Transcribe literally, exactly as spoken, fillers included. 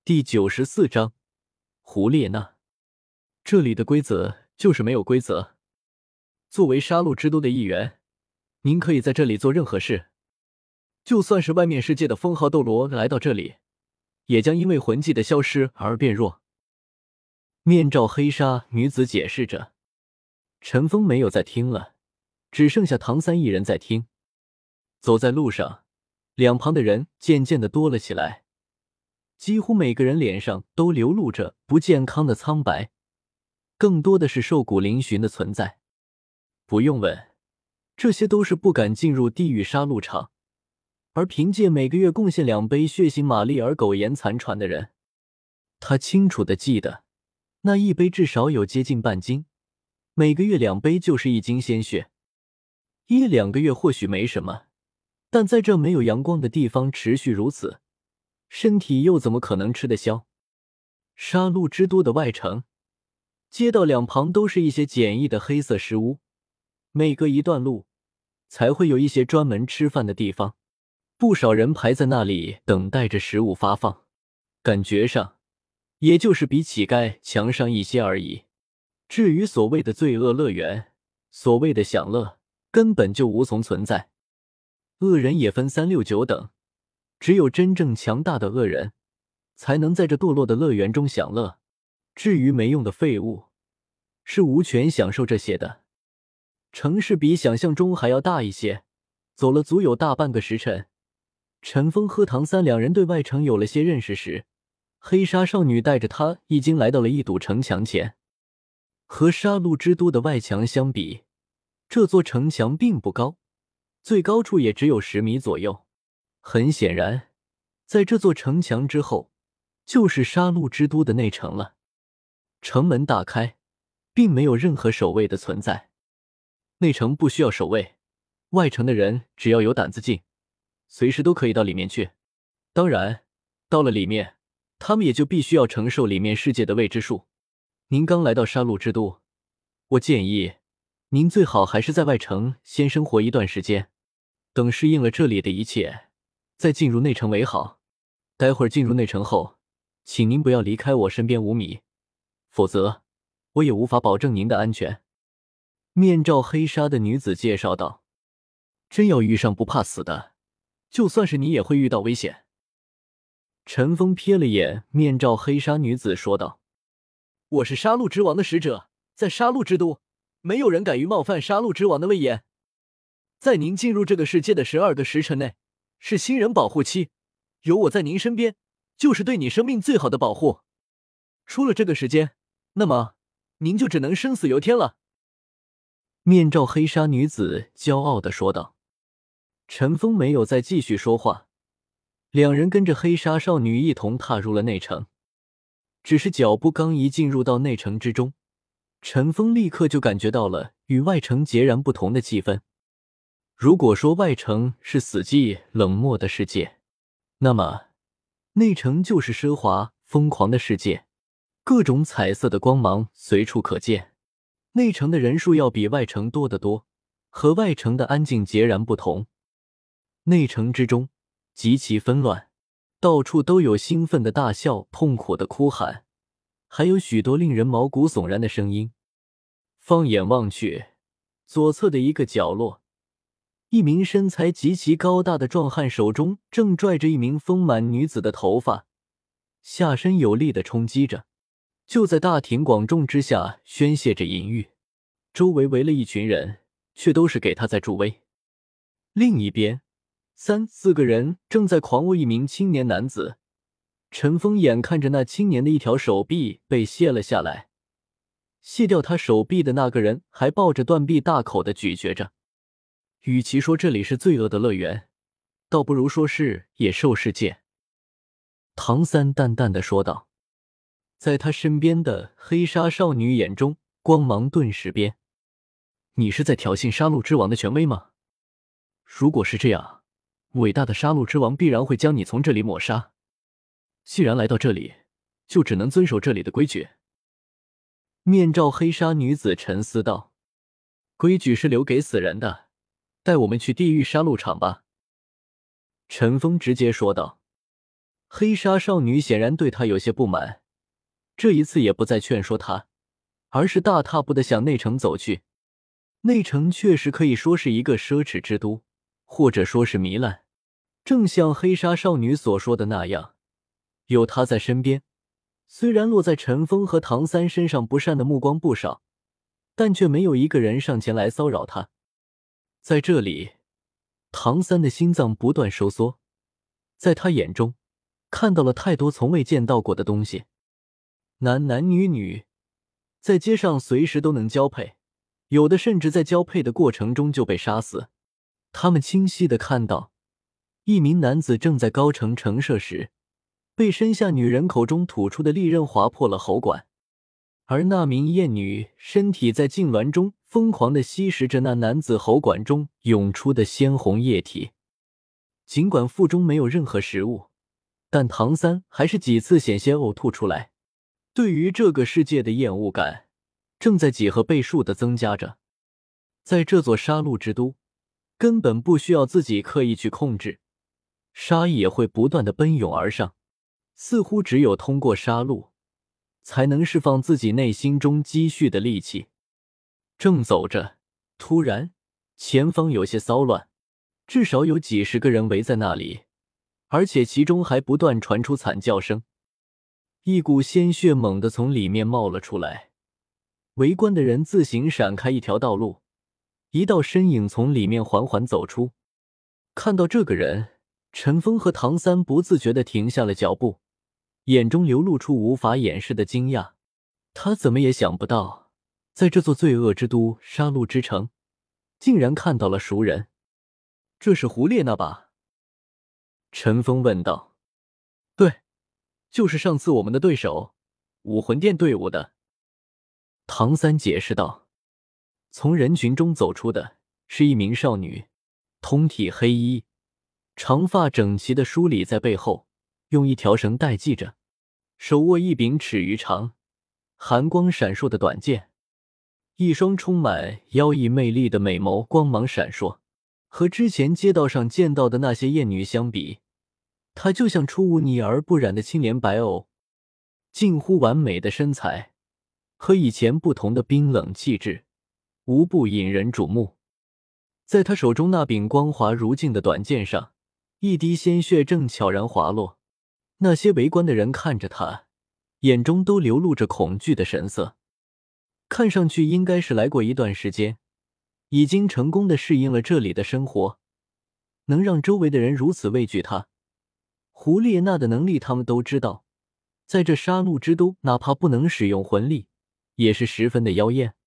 第九十四章胡列娜。这里的规则就是没有规则。作为杀戮之都的一员，您可以在这里做任何事。就算是外面世界的封号斗罗来到这里，也将因为魂技的消失而变弱。面罩黑纱女子解释着。陈峰没有再听了，只剩下唐三一人在听。走在路上，两旁的人渐渐的多了起来。几乎每个人脸上都流露着不健康的苍白，更多的是瘦骨嶙峋的存在。不用问，这些都是不敢进入地狱杀戮场，而凭借每个月贡献两杯血腥玛丽而苟延残喘的人。他清楚地记得，那一杯至少有接近半斤，每个月两杯就是一斤鲜血。一两个月或许没什么，但在这没有阳光的地方持续如此，身体又怎么可能吃得消？杀戮之都的外城，街道两旁都是一些简易的黑色石屋，每隔一段路才会有一些专门吃饭的地方，不少人排在那里等待着食物发放，感觉上也就是比乞丐强上一些而已。至于所谓的罪恶乐园，所谓的享乐，根本就无从存在。恶人也分三六九等，只有真正强大的恶人才能在这堕落的乐园中享乐，至于没用的废物，是无权享受这些的。城市比想象中还要大一些，走了足有大半个时辰，陈峰和唐三两人对外城有了些认识时，黑纱少女带着他已经来到了一堵城墙前。和杀戮之都的外墙相比，这座城墙并不高，最高处也只有十米左右。很显然，在这座城墙之后，就是杀戮之都的内城了。城门大开，并没有任何守卫的存在。内城不需要守卫，外城的人只要有胆子进，随时都可以到里面去。当然，到了里面，他们也就必须要承受里面世界的未知数。您刚来到杀戮之都，我建议您最好还是在外城先生活一段时间，等适应了这里的一切，再进入内城为好。待会儿进入内城后，请您不要离开我身边五米，否则我也无法保证您的安全。面罩黑纱的女子介绍道。真要遇上不怕死的，就算是你也会遇到危险。陈峰瞥了眼面罩黑纱女子说道。我是杀戮之王的使者，在杀戮之都，没有人敢于冒犯杀戮之王的威严。在您进入这个世界的十二个时辰内，是新人保护期，有我在您身边，就是对你生命最好的保护。出了这个时间，那么您就只能生死由天了。面罩黑纱女子骄傲地说道。陈峰没有再继续说话，两人跟着黑纱少女一同踏入了内城。只是脚步刚一进入到内城之中，陈峰立刻就感觉到了与外城截然不同的气氛。如果说外城是死寂冷漠的世界，那么内城就是奢华疯狂的世界，各种彩色的光芒随处可见。内城的人数要比外城多得多，和外城的安静截然不同。内城之中极其纷乱，到处都有兴奋的大笑，痛苦的哭喊，还有许多令人毛骨悚然的声音。放眼望去，左侧的一个角落，一名身材极其高大的壮汉手中正拽着一名丰满女子的头发，下身有力地冲击着，就在大庭广众之下宣泄着淫欲。周围围了一群人，却都是给他在助威。另一边，三四个人正在狂殴一名青年男子。陈峰眼看着那青年的一条手臂被卸了下来，卸掉他手臂的那个人还抱着断臂大口地咀嚼着。与其说这里是罪恶的乐园，倒不如说是野兽世界。唐三淡淡地说道。在他身边的黑纱少女眼中光芒顿时变。你是在挑衅杀戮之王的权威吗？如果是这样，伟大的杀戮之王必然会将你从这里抹杀。既然来到这里，就只能遵守这里的规矩。面罩黑纱女子沉思道。规矩是留给死人的，带我们去地狱杀戮场吧。陈峰直接说道。 黑纱少女显然对他有些不满，这一次也不再劝说他，而是大踏步地向内城走去。内城确实可以说是一个奢侈之都，或者说是糜烂。正像黑纱少女所说的那样，有他在身边，虽然落在陈峰和唐三身上不善的目光不少，但却没有一个人上前来骚扰他。在这里，唐三的心脏不断收缩，在他眼中看到了太多从未见到过的东西，男男女女在街上随时都能交配，有的甚至在交配的过程中就被杀死。他们清晰地看到一名男子正在高程程射时，被身下女人口中吐出的利刃划破了喉管，而那名艳女身体在痉挛中疯狂地吸食着那男子喉管中涌出的鲜红液体。尽管腹中没有任何食物，但唐三还是几次险些呕吐出来。对于这个世界的厌恶感正在几何倍数地增加着。在这座杀戮之都，根本不需要自己刻意去控制，杀意也会不断地奔涌而上，似乎只有通过杀戮才能释放自己内心中积蓄的戾气。正走着，突然前方有些骚乱，至少有几十个人围在那里，而且其中还不断传出惨叫声。一股鲜血猛地从里面冒了出来，围观的人自行闪开一条道路，一道身影从里面缓缓走出。看到这个人，陈峰和唐三不自觉地停下了脚步，眼中流露出无法掩饰的惊讶。他怎么也想不到，在这座罪恶之都杀戮之城，竟然看到了熟人。这是胡列娜吧？陈峰问道。对，就是上次我们的对手，武魂殿队伍的。唐三解释道。从人群中走出的是一名少女，通体黑衣，长发整齐地梳理在背后，用一条绳带系着，手握一柄尺余长、寒光闪烁的短剑，一双充满妖异魅力的美眸光芒闪烁。和之前街道上见到的那些艳女相比，她就像出污泥而不染的青莲白藕，近乎完美的身材和以前不同的冰冷气质，无不引人瞩目。在她手中那柄光滑如镜的短剑上，一滴鲜血正悄然滑落。那些围观的人看着她，眼中都流露着恐惧的神色，看上去应该是来过一段时间，已经成功地适应了这里的生活，能让周围的人如此畏惧她。胡列娜的能力他们都知道，在这杀戮之都，哪怕不能使用魂力，也是十分的妖艳。